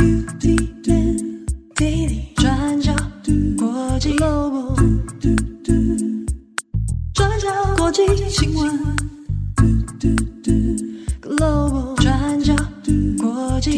转角国际 Global， 转角国际新闻 Global， 转角国际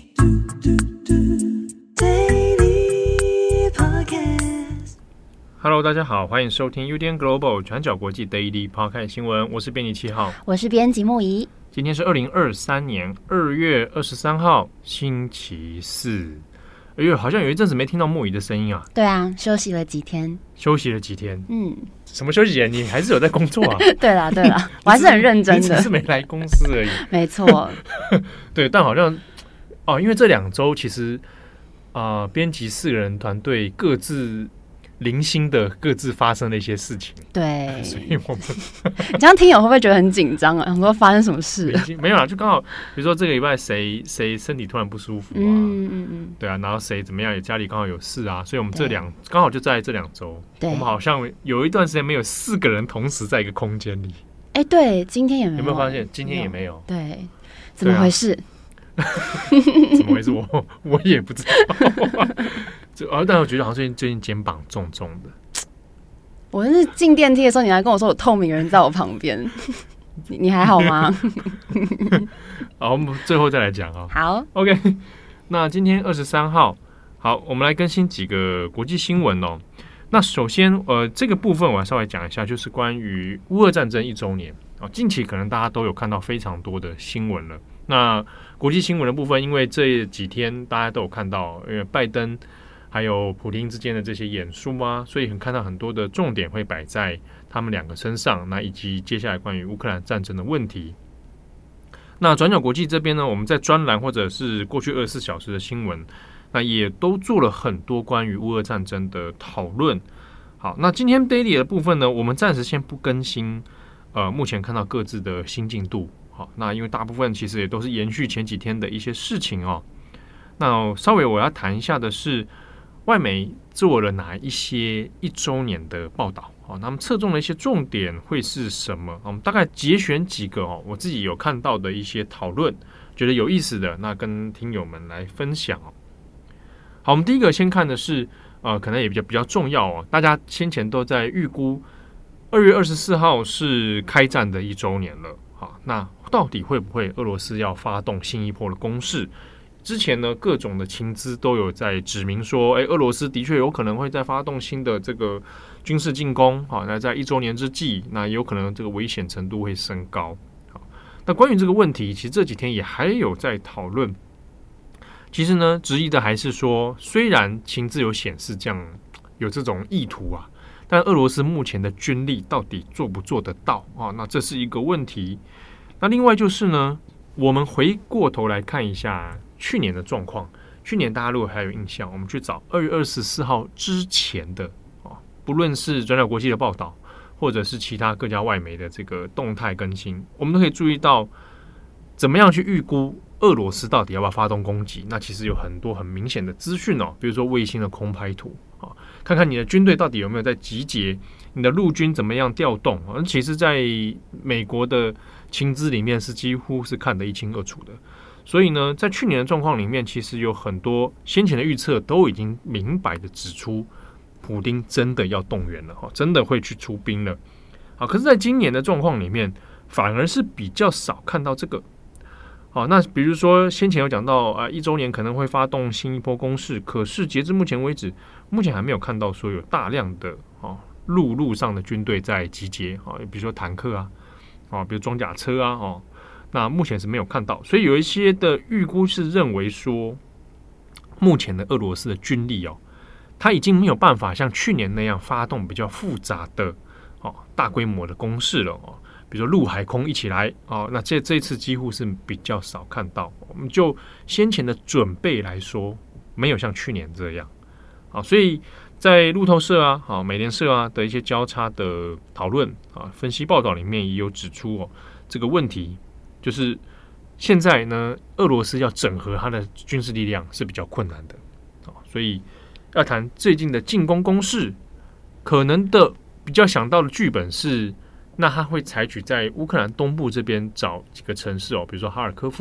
Daily Podcast。 Hello， 大家好，欢迎收听 UDN Global 转角国际 Daily Podcast 新闻，我是编辑7号， 我是编辑木仪。 今天是2023年2月23号，星期四。哎呦，好像有一阵子没听到木仪的声音啊。 对啊，休息了几天。 什么休息啊？你还是有在工作啊？ 对啦，我还是很认真的。 你只是没来公司而已。 没错。 对，但好像因为这2周其实编辑4个人团队各自零星的各自发生了一些事情。 对， 所以我们你这样听友会不会觉得很紧张啊？想说发生什么事？ 没有啦，就刚好，比如说这个礼拜谁身体突然不舒服啊，对啊，然后谁怎么样，也家里刚好有事啊，所以我们刚好就在这2周，我们好像有一段时间没有4个人同时在一个空间里。 哎，对，今天也没有， 有没有发现今天也没有？ 对，怎么回事？ 怎么回事？我也不知道。但我觉得好像最近肩膀重重的。 我是进电梯的时候，你还跟我说有透明人在我旁边，你还好吗？ 好，我们最后再来讲啊。 好 ，OK。那今天23号，好，我们来更新几个国际新闻哦。那首先，这个部分我要稍微讲一下，就是关于乌俄战争1周年啊。近期可能大家都有看到非常多的新闻了。那国际新闻的部分，因为这几天大家都有看到，因为拜登还有普丁之间的这些演说啊，所以看到很多的重点会摆在他们2个身上，那以及接下来关于乌克兰战争的问题。那转角国际这边呢，我们在专栏或者是过去24小时的新闻，那也都做了很多关于乌俄战争的讨论。好，那今天 daily 的部分呢，我们暂时先不更新目前看到各自的新进度。好，那因为大部分其实也都是延续前几天的一些事情哦。那稍微我要谈一下的是，外媒做了哪一些1周年的报道？好，那么侧重的一些重点会是什么？我们大概节选几个我自己有看到的一些讨论，觉得有意思的，那跟听友们来分享哦。好，我们第一个先看的是可能也比较重要哦。大家先前都在预估2月24号是开战的1周年了。好，那到底会不会俄罗斯要发动新一波的攻势？之前呢，各种的情资都有在指明说，俄罗斯的确有可能会再发动新的这个军事进攻。好，那在1周年之际，那有可能这个危险程度会升高。好，那关于这个问题，其实这几天也还有在讨论。其实呢，质疑的还是说，虽然情资有显示这样有这种意图啊，但俄罗斯目前的军力到底做不做得到啊？那这是一个问题。那另外就是呢，我们回过头来看一下去年的状况。去年大家如果还有印象，我们去找2月24号之前的不论是转角国际的报道，或者是其他各家外媒的这个动态更新，我们都可以注意到怎么样去预估俄罗斯到底要不要发动攻击。那其实有很多很明显的资讯比如说卫星的空拍图看看你的军队到底有没有在集结，你的陆军怎么样调动。其实在美国的情资里面是几乎是看得一清二楚的。所以呢，在去年的状况里面，其实有很多先前的预测都已经明白的指出，普丁真的要动员了，真的会去出兵了。好，可是在今年的状况里面，反而是比较少看到这个。好，那比如说先前有讲到1周年可能会发动新一波攻势，可是截至目前为止，目前还没有看到说有大量的陆上的军队在集结比如说坦克比如装甲车那目前是没有看到。所以有一些的预估是认为说，目前的俄罗斯的军力它已经没有办法像去年那样发动比较复杂的大规模的攻势了比如说陆海空一起来那这一次几乎是比较少看到。我们就先前的准备来说，没有像去年这样所以在路透社美联社的一些交叉的讨论分析报道里面也有指出这个问题，就是现在呢，俄罗斯要整合它的军事力量是比较困难的所以要谈最近的进攻攻势，可能的比较想到的剧本是，那他会采取在乌克兰东部这边找几个城市比如说哈尔科夫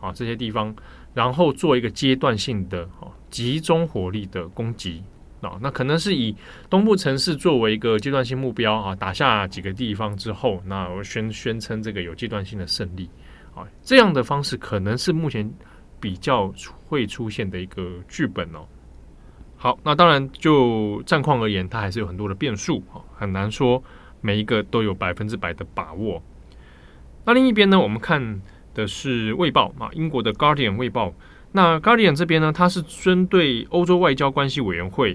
啊这些地方，然后做一个阶段性的集中火力的攻击啊，那可能是以东部城市作为一个阶段性目标啊，打下几个地方之后，那我宣称这个有阶段性的胜利啊，这样的方式可能是目前比较会出现的一个剧本哦。好，那当然就战况而言，它还是有很多的变数，很难说每一个都有100%的把握。那另一边呢，我们看的是卫报啊，英国的 Guardian 卫报。那 Guardian 这边呢，它是针对欧洲外交关系委员会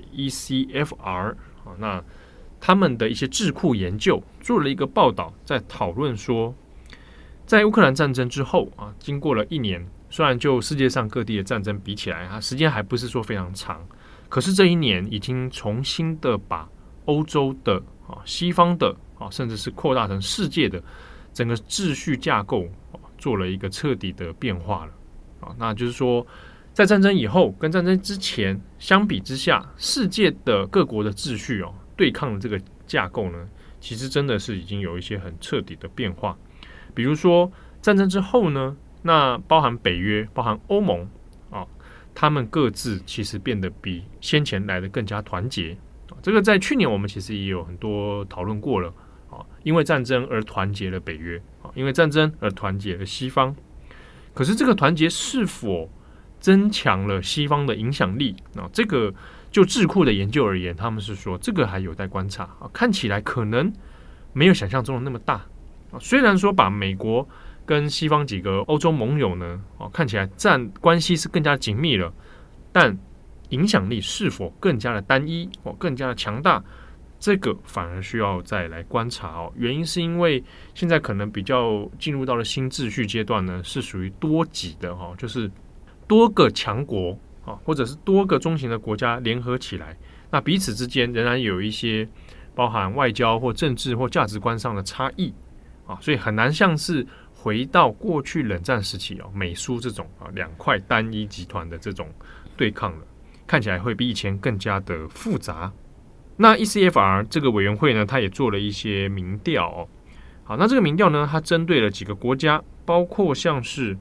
ECFR 啊，那他们的一些智库研究做了一个报道，在讨论说，在乌克兰战争之后啊，经过了1年，虽然就世界上各地的战争比起来，它时间还不是说非常长。可是这1年已经重新的把欧洲的西方的甚至是扩大成世界的整个秩序架构做了一个彻底的变化了。那就是说，在战争以后跟战争之前相比之下，世界的各国的秩序对抗的这个架构呢，其实真的是已经有一些很彻底的变化。比如说战争之后呢，那包含北约、包含欧盟他们各自其实变得比先前来的更加团结。这个在去年我们其实也有很多讨论过了。因为战争而团结了北约，因为战争而团结了西方。可是这个团结是否增强了西方的影响力？这个就智库的研究而言，他们是说这个还有待观察。看起来可能没有想象中的那么大。虽然说把美国跟西方几个欧洲盟友呢，看起来关系是更加紧密了，但影响力是否更加的单一，更加的强大，这个反而需要再来观察。原因是因为现在可能比较进入到了新秩序阶段呢，是属于多极的，就是多个强国或者是多个中型的国家联合起来，那彼此之间仍然有一些包含外交或政治或价值观上的差异所以很难像是回到过去冷战时期美苏这种两块单一集团的这种对抗了，看起来会比以前更加的复杂。那 ECFR 这个委员会呢，它也做了一些民调好，那这个民调呢，它针对了几个国家，包括像是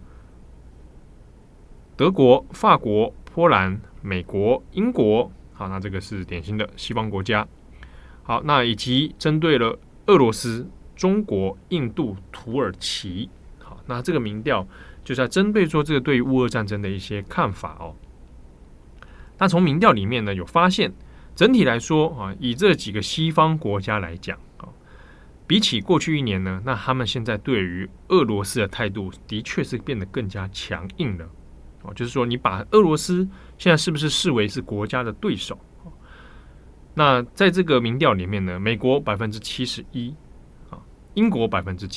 德国、法国、波兰、美国、英国。好，那这个是典型的西方国家。好，那以及针对了俄罗斯、中国、印度、土耳其。好，那这个民调就是在针对说这个对于乌俄战争的一些看法那从民调里面呢，有发现整体来说以这几个西方国家来讲比起过去1年呢，那他们现在对于俄罗斯的态度的确是变得更加强硬了就是说你把俄罗斯现在是不是视为是国家的对手那在这个民调里面呢，美国71%英国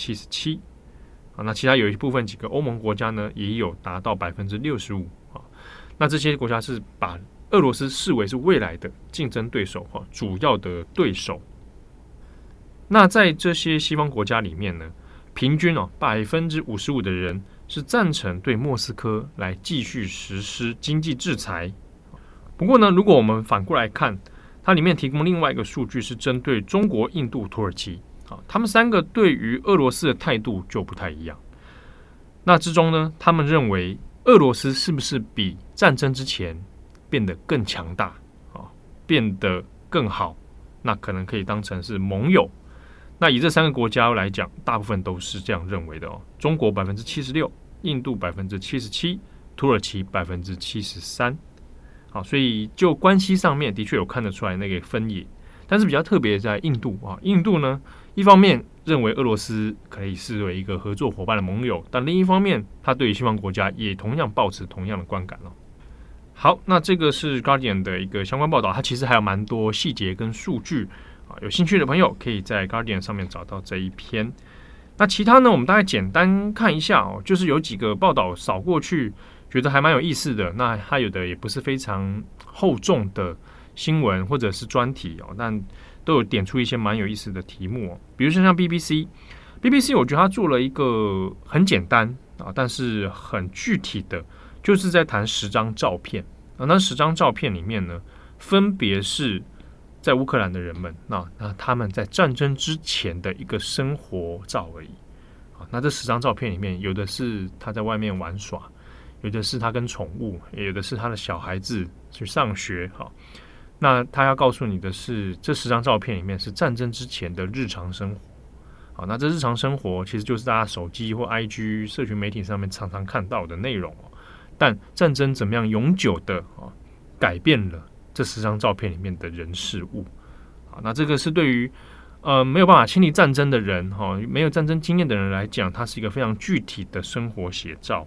77%那其他有一部分几个欧盟国家呢，也有达到65%那这些国家是把俄罗斯视为是未来的竞争对手主要的对手。那在这些西方国家里面呢，平均55%的人是赞成对莫斯科来继续实施经济制裁。不过呢，如果我们反过来看，它里面提供另外一个数据是针对中国、印度、土耳其他们3个对于俄罗斯的态度就不太一样。那之中呢，他们认为俄罗斯是不是比战争之前变得更强大变得更好，那可能可以当成是盟友。那以这3个国家来讲，大部分都是这样认为的中国76%，印度77%，土耳其73%。好，所以就关系上面的确有看得出来那个分野。但是比较特别在印度印度呢，一方面认为俄罗斯可以视为一个合作伙伴的盟友，但另一方面，他对于西方国家也同样抱持同样的观感好，那这个是 Guardian 的一个相关报道，它其实还有蛮多细节跟数据有兴趣的朋友可以在 Guardian 上面找到这一篇。那其他呢，我们大概简单看一下就是有几个报道扫过去，觉得还蛮有意思的。那它有的也不是非常厚重的新闻或者是专题但都有点出一些蛮有意思的题目比如说像 BBC， 我觉得它做了一个很简单但是很具体的，就是在谈10张照片那10张照片里面呢，分别是在乌克兰的人们那他们在战争之前的一个生活照而已那这10张照片里面，有的是他在外面玩耍， 有的是他跟宠物，也有的是他的小孩子去上学。好，那他要告诉你的是，这10张照片里面是战争之前的日常生活。好，那这日常生活其实就是大家手机或 IG 社群媒体上面常常看到的内容。但战争怎么样永久的改变了这10张照片里面的人事物。好，那这个是对于没有办法亲历战争的人，没有战争经验的人来讲，它是一个非常具体的生活写照。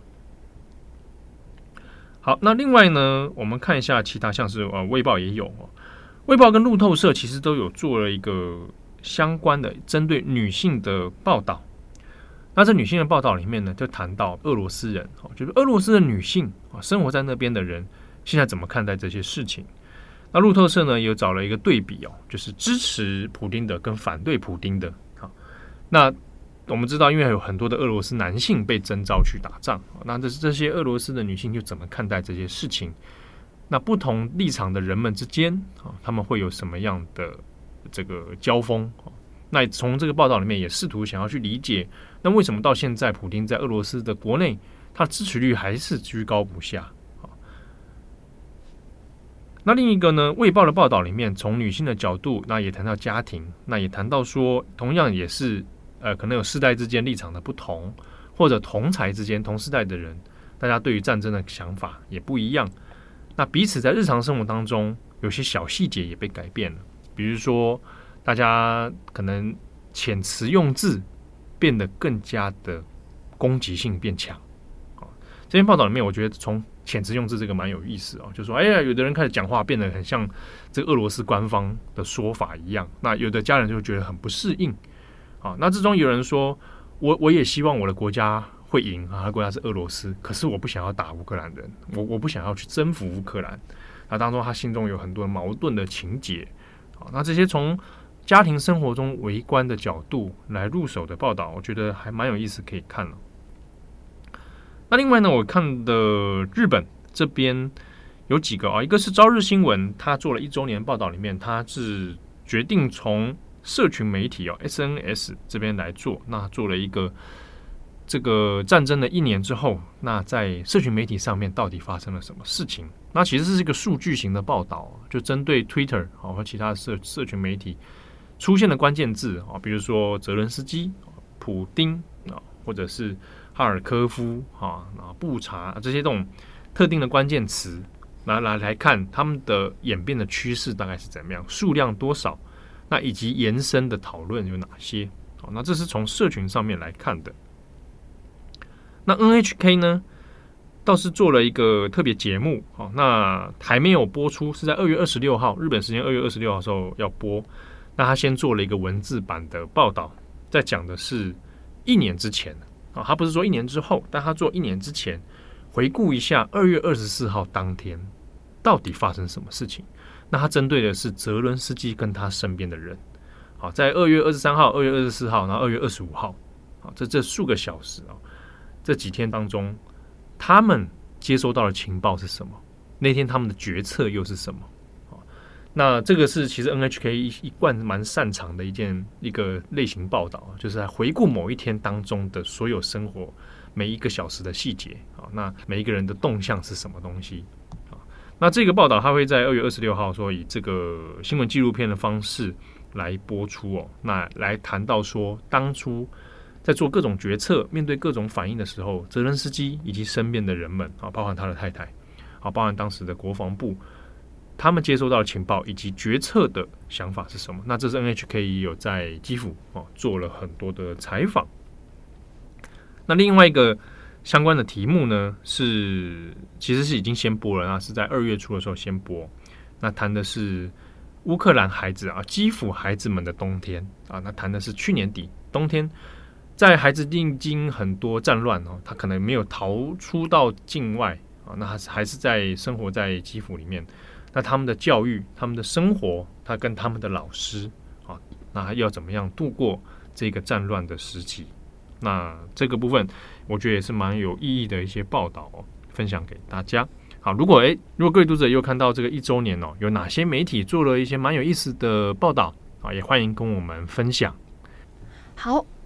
好，那另外呢，我们看一下其他，像是卫报也有，卫报跟路透社其实都有做了一个相关的针对女性的报道。那这女性的报道里面呢，就谈到俄罗斯人，就是俄罗斯的女性生活在那边的人，现在怎么看待这些事情。那路透社呢，有找了一个对比就是支持普丁的跟反对普丁的。那我们知道，因为有很多的俄罗斯男性被征召去打仗，那这些俄罗斯的女性就怎么看待这些事情？那不同立场的人们之间他们会有什么样的这个交锋？那从这个报道里面也试图想要去理解，那为什么到现在普丁在俄罗斯的国内，他的支持率还是居高不下？那另一个呢，卫报的报道里面，从女性的角度，那也谈到家庭，那也谈到说，同样也是可能有世代之间立场的不同，或者同才之间同世代的人，大家对于战争的想法也不一样。那彼此在日常生活当中，有些小细节也被改变了，比如说大家可能遣词用字变得更加的攻击性变强。这篇报道里面，我觉得从遣词用字这个蛮有意思就说有的人开始讲话变得很像这个俄罗斯官方的说法一样，那有的家人就觉得很不适应。那之中有人说，我也希望我的国家会赢他的国家是俄罗斯，可是我不想要打乌克兰人，我不想要去征服乌克兰。那当中他心中有很多矛盾的情节。那这些从家庭生活中微观的角度来入手的报道，我觉得还蛮有意思，可以看了。那另外呢，我看的日本这边有几个一个是朝日新闻，他做了1周年报道里面，他是决定从社群媒体SNS 这边来做，那做了一个这个战争的1年之后，那在社群媒体上面到底发生了什么事情？那其实是一个数据型的报道，就针对 Twitter 和其他的社群媒体出现的关键字比如说泽伦斯基、普丁或者是哈尔科夫布查这些这种特定的关键词，来看他们的演变的趋势大概是怎么样，数量多少，那以及延伸的讨论有哪些。那这是从社群上面来看的。那 NHK 呢，倒是做了一个特别节目，那还没有播出，是在2月26号，日本时间2月26号的时候要播。那他先做了一个文字版的报道，在讲的是1年之前。他不是说1年之后，但他做1年之前，回顾一下2月24号当天到底发生什么事情。那他针对的是泽伦斯基跟他身边的人。在2月23号、2月24号，然后2月25号，这数个小时这几天当中，他们接收到的情报是什么？那天他们的决策又是什么？那这个是其实 NHK 一贯蛮擅长的一个类型报道，就是来回顾某一天当中的所有生活每一个小时的细节。那每一个人的动向是什么东西？那这个报道它会在2月26号说以这个新闻纪录片的方式来播出那来谈到说当初在做各种决策、面对各种反应的时候，泽伦斯基以及身边的人们包含他的太太包含当时的国防部，他们接收到的情报以及决策的想法是什么？那这是 NHK 也有在基辅做了很多的采访。那另外一个相关的题目呢，其实是已经先播了，那是在2月初的时候先播。那谈的是乌克兰孩子基辅孩子们的冬天那谈的是去年底冬天，在孩子历经很多战乱他可能没有逃出到境外那还是在生活在基辅里面。那他们的教育、他们的生活，他跟他们的老师那要怎么样度过这个战乱的时期？那这个部分，我觉得也是蛮有意义的一些报道分享给大家。好，如果各位读者又看到这个1周年有哪些媒体做了一些蛮有意思的报道也欢迎跟我们分享。 好，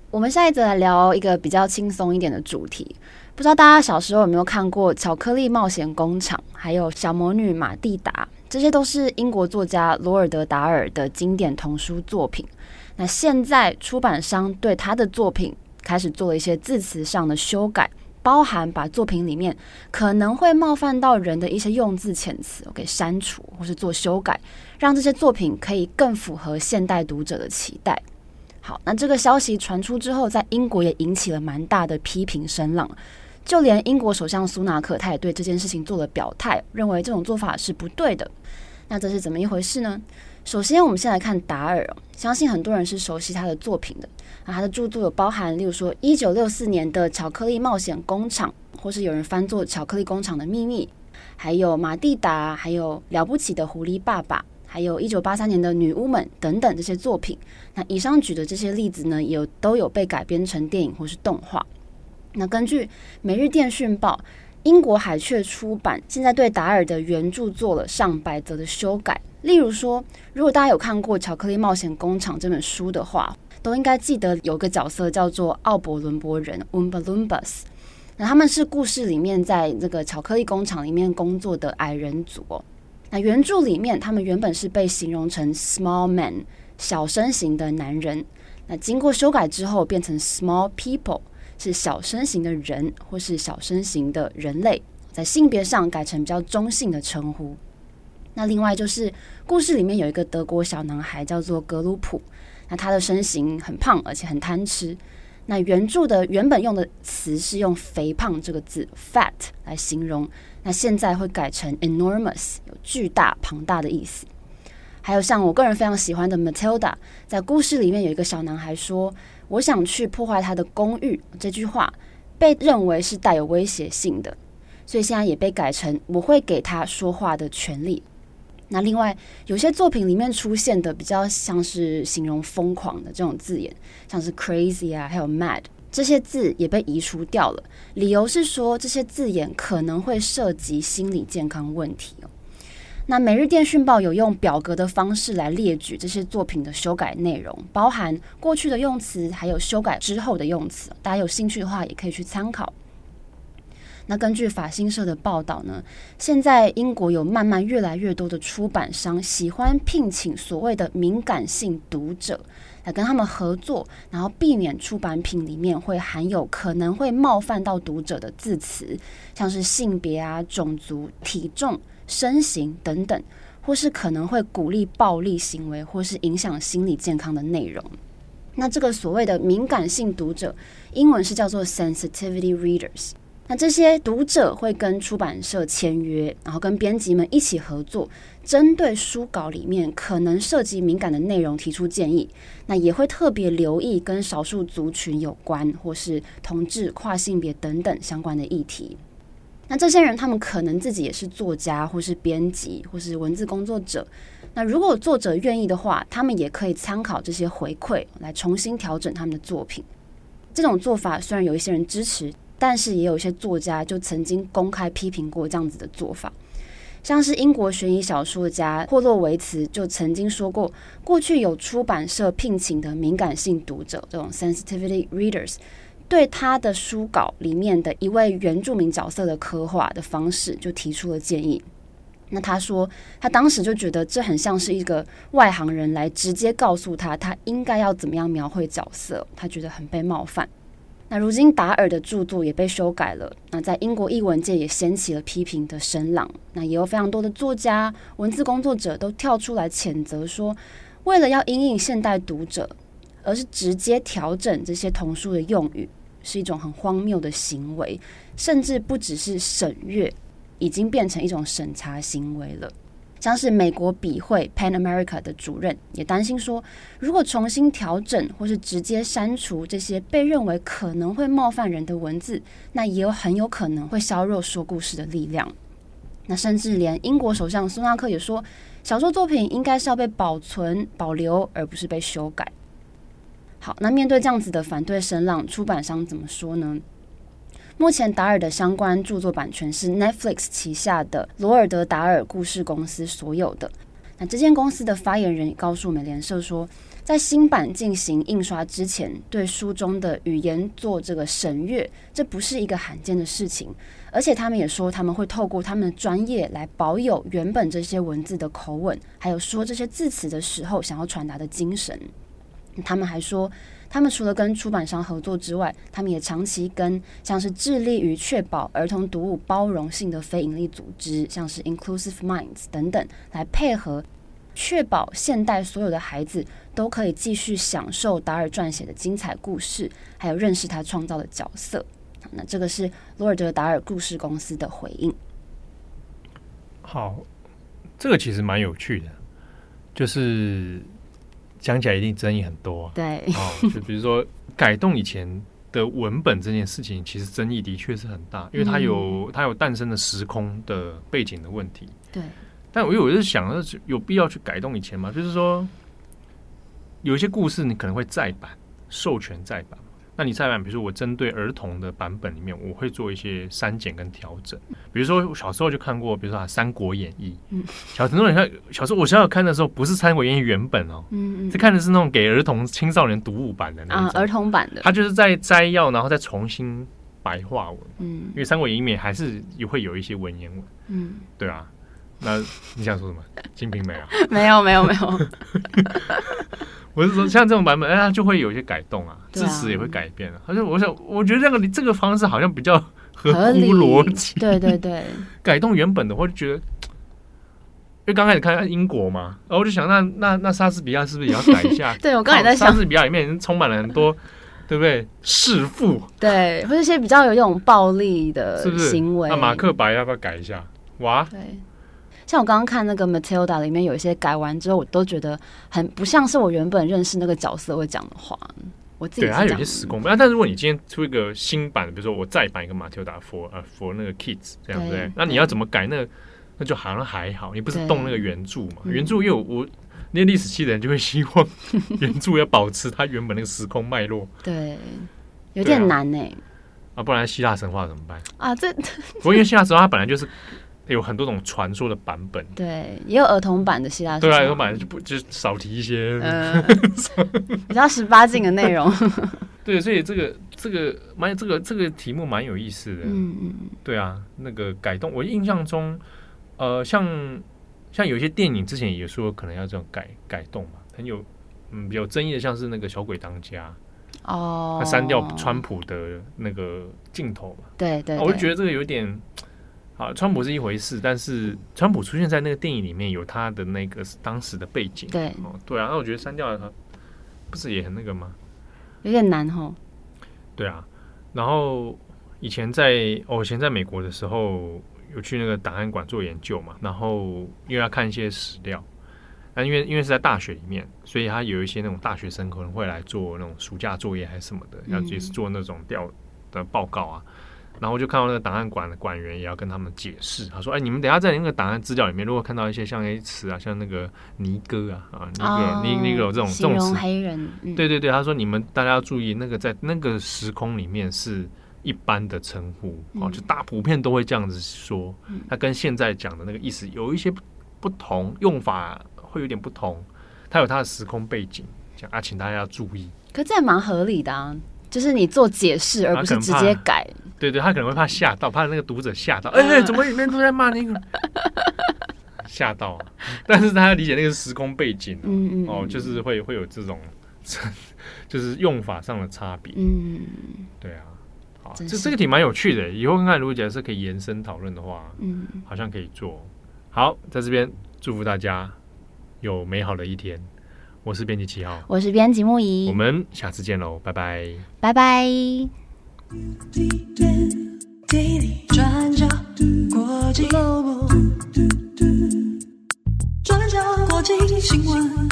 我们下一则来聊一个比较轻松一点的主题。不知道大家小时候有没有看过《巧克力冒险工厂》，还有《小魔女玛蒂达》，这些都是英国作家罗尔德·达尔的经典童书作品。那现在出版商对他的作品开始做了一些字词上的修改，包含把作品里面可能会冒犯到人的一些用字遣词给删除或是做修改，让这些作品可以更符合现代读者的期待。好，那这个消息传出之后，在英国也引起了蛮大的批评声浪，就连英国首相苏纳克他也对这件事情做了表态，认为这种做法是不对的。那这是怎么一回事呢？首先我们先来看达尔，相信很多人是熟悉他的作品的。那他的著作有包含例如说1964年的《巧克力冒险工厂》，或是有人翻作《巧克力工厂的秘密》，还有玛蒂达，还有了不起的狐狸爸爸，还有1983年的女巫们等等这些作品。那以上举的这些例子呢，都有被改编成电影或是动画。那根据《每日电讯报》，英国海雀出版现在对达尔的原著做了上百则的修改。例如说，如果大家有看过《巧克力冒险工厂》这本书的话，都应该记得有个角色叫做奥伯伦伯人 Oompa Loompas。那他们是故事里面在这个巧克力工厂里面工作的矮人族哦。那原著里面，他们原本是被形容成 small man 小身形的男人，那经过修改之后变成 small people 是小身形的人或是小身形的人类，在性别上改成比较中性的称呼。那另外就是故事里面有一个德国小男孩叫做格鲁普，那他的身形很胖而且很贪吃。那原著的原本用的词是用肥胖这个字 fat 来形容，那现在会改成 enormous 有巨大庞大的意思。还有像我个人非常喜欢的 Matilda， 在故事里面有一个小男孩说我想去破坏他的公寓，这句话被认为是带有威胁性的，所以现在也被改成我会给他说话的权利。那另外有些作品里面出现的比较像是形容疯狂的这种字眼，像是 crazy 啊还有 mad， 这些字也被移除掉了，理由是说这些字眼可能会涉及心理健康问题哦。那每日电讯报有用表格的方式来列举这些作品的修改内容，包含过去的用词还有修改之后的用词，大家有兴趣的话也可以去参考。那根据法新社的报道呢，现在英国有慢慢越来越多的出版商喜欢聘请所谓的敏感性读者来跟他们合作，然后避免出版品里面会含有可能会冒犯到读者的字词，像是性别啊、种族、体重、身形等等，或是可能会鼓励暴力行为或是影响心理健康的内容。那这个所谓的敏感性读者，英文是叫做 sensitivity readers。那这些读者会跟出版社签约，然后跟编辑们一起合作，针对书稿里面可能涉及敏感的内容提出建议。那也会特别留意跟少数族群有关，或是同志、跨性别等等相关的议题。那这些人他们可能自己也是作家，或是编辑，或是文字工作者。那如果作者愿意的话，他们也可以参考这些回馈来重新调整他们的作品。这种做法虽然有一些人支持，但是也有一些作家就曾经公开批评过这样子的做法。像是英国悬疑小说家霍洛维茨就曾经说过，过去有出版社聘请的敏感性读者，这种 sensitivity readers， 对他的书稿里面的一位原住民角色的刻画的方式就提出了建议。那他说他当时就觉得这很像是一个外行人来直接告诉他应该要怎么样描绘角色，他觉得很被冒犯。那如今达尔的著作也被修改了，那在英国艺文界也掀起了批评的声浪。那也有非常多的作家、文字工作者都跳出来谴责说，为了要因应现代读者，而是直接调整这些童书的用语，是一种很荒谬的行为，甚至不只是审阅，已经变成一种审查行为了。像是美国笔会 Pan America 的主任也担心说，如果重新调整或是直接删除这些被认为可能会冒犯人的文字，那也很有可能会削弱说故事的力量。那甚至连英国首相苏纳克也说，小说作品应该是要被保存保留，而不是被修改。好，那面对这样子的反对声浪，出版商怎么说呢？目前达尔的相关著作版权是 Netflix 旗下的罗尔德达尔故事公司所有的。那这间公司的发言人也告诉美联社说， 在新版进行印刷之前，对书中的语言做这个审阅，这不是一个罕见的事情。而且他们也说，他们会透过他们的专业来保有原本这些文字的口吻，还有说这些字词的时候想要传达的精神。他们还说，他们除了跟出版商合作之外，他们也长期跟像是致力于确保儿童读物包容性的非营利组织，像是 Inclusive Minds 等等，来配合，确保现代所有的孩子都可以继续享受达尔撰写的精彩故事，还有认识他创造的角色。那这个是罗尔德·达尔故事公司的回应。 好，这个其实蛮有趣的，就是讲起来一定争议很多。 对， 就比如说改动以前的文本这件事情，其实争议的确是很大，因为它有诞生的时空的背景的问题。 对， 但我是想，有必要去改动以前吗？就是说，有一些故事你可能会再版，授权再版。那你再版，比如说我针对儿童的版本里面，我会做一些删减跟调整。比如说我小时候就看过，比如说《三国演义》，很多人看小时候，我小时候看的时候不是《三国演义》原本哦，是看的是那种给儿童青少年读物版的那种儿童版的， 他就是在摘要，然后再重新白话文。因为《三国演义》里面还是也会有一些文言文。对啊。那你想说什么？金瓶梅啊？没有。我是说，像这种版本，它就会有一些改动啊，字词也会改变啊。而且我觉得这个方式好像比较合乎逻辑。 对。 改动原本的，我就觉得，因为刚开始看英国嘛，然后我就想，那莎士比亚是不是也要改一下？ 对，我刚才在想， 莎士比亚里面充满了很多，对不对？弑父， 对，或者一些比较有一种暴力的行为。 那马克白要不要改一下？哇， 对。像我刚刚看那个 Matilda 里面有一些改完之后，我都觉得很不像是我原本认识那个角色会讲的话。我自己对，它有一些时空。但如果你今天出一个新版的，比如说我再版一个 Matilda for 那个 kids 这样，对不对？那你要怎么改？那就好像还好，你不是动那个原著嘛？原著又有那些历史系的人就会希望原著要保持它原本那个时空脉络。 对，有点难不然希腊神话怎么办啊？不过因为希腊神话它本来就是有很多种传说的版本， 对，也有儿童版的希腊神话， 对啊，儿童版就少提一些比较18禁的内容。 对，所以这个题目蛮有意思的。对啊，那个改动，我印象中，像有一些电影之前也说可能要这种改动嘛，很有比较争议的，像是那个《小鬼当家》他删掉川普的那个镜头嘛。对，我就觉得这个有点。好，川普是一回事，但是川普出现在那个电影里面有他的那个当时的背景。对啊，那我觉得删掉了他，不是也很那个吗？ 有点难吼。对啊，然后以前在美国的时候，有去那个档案馆做研究嘛，然后因为要看一些史料，那因为是在大学里面，所以他有一些那种大学生可能会来做那种暑假作业还是什么的，要也是做那种调的报告啊。然后就看到那个档案馆的馆员也要跟他们解释，他说：“哎，你们等一下在那个档案资料里面，如果看到一些像一些词啊，像那个尼哥尼哥这种形容黑人， 对，他说你们大家要注意，那个在那个时空里面是一般的称呼，就大普遍都会这样子说，它跟现在讲的那个意思有一些不同，用法会有点不同，它有它的时空背景，讲请大家要注意。 可这也蛮合理的啊。”就是你做解释，而不是直接改。 对，他可能会怕吓到，怕那个读者吓到。怎么里面都在骂那个？吓到啊！但是他要理解那个时空背景，就是会有这种，就是用法上的差别。对啊。好，这个题蛮有趣的，以后看看如果假设可以延伸讨论的话，好像可以做。好，在这边祝福大家有美好的一天。我是编辑7号， 我是编辑木仪， 我们下次见喽，拜拜， 拜拜。 转角国际 Global， 转角国际新闻。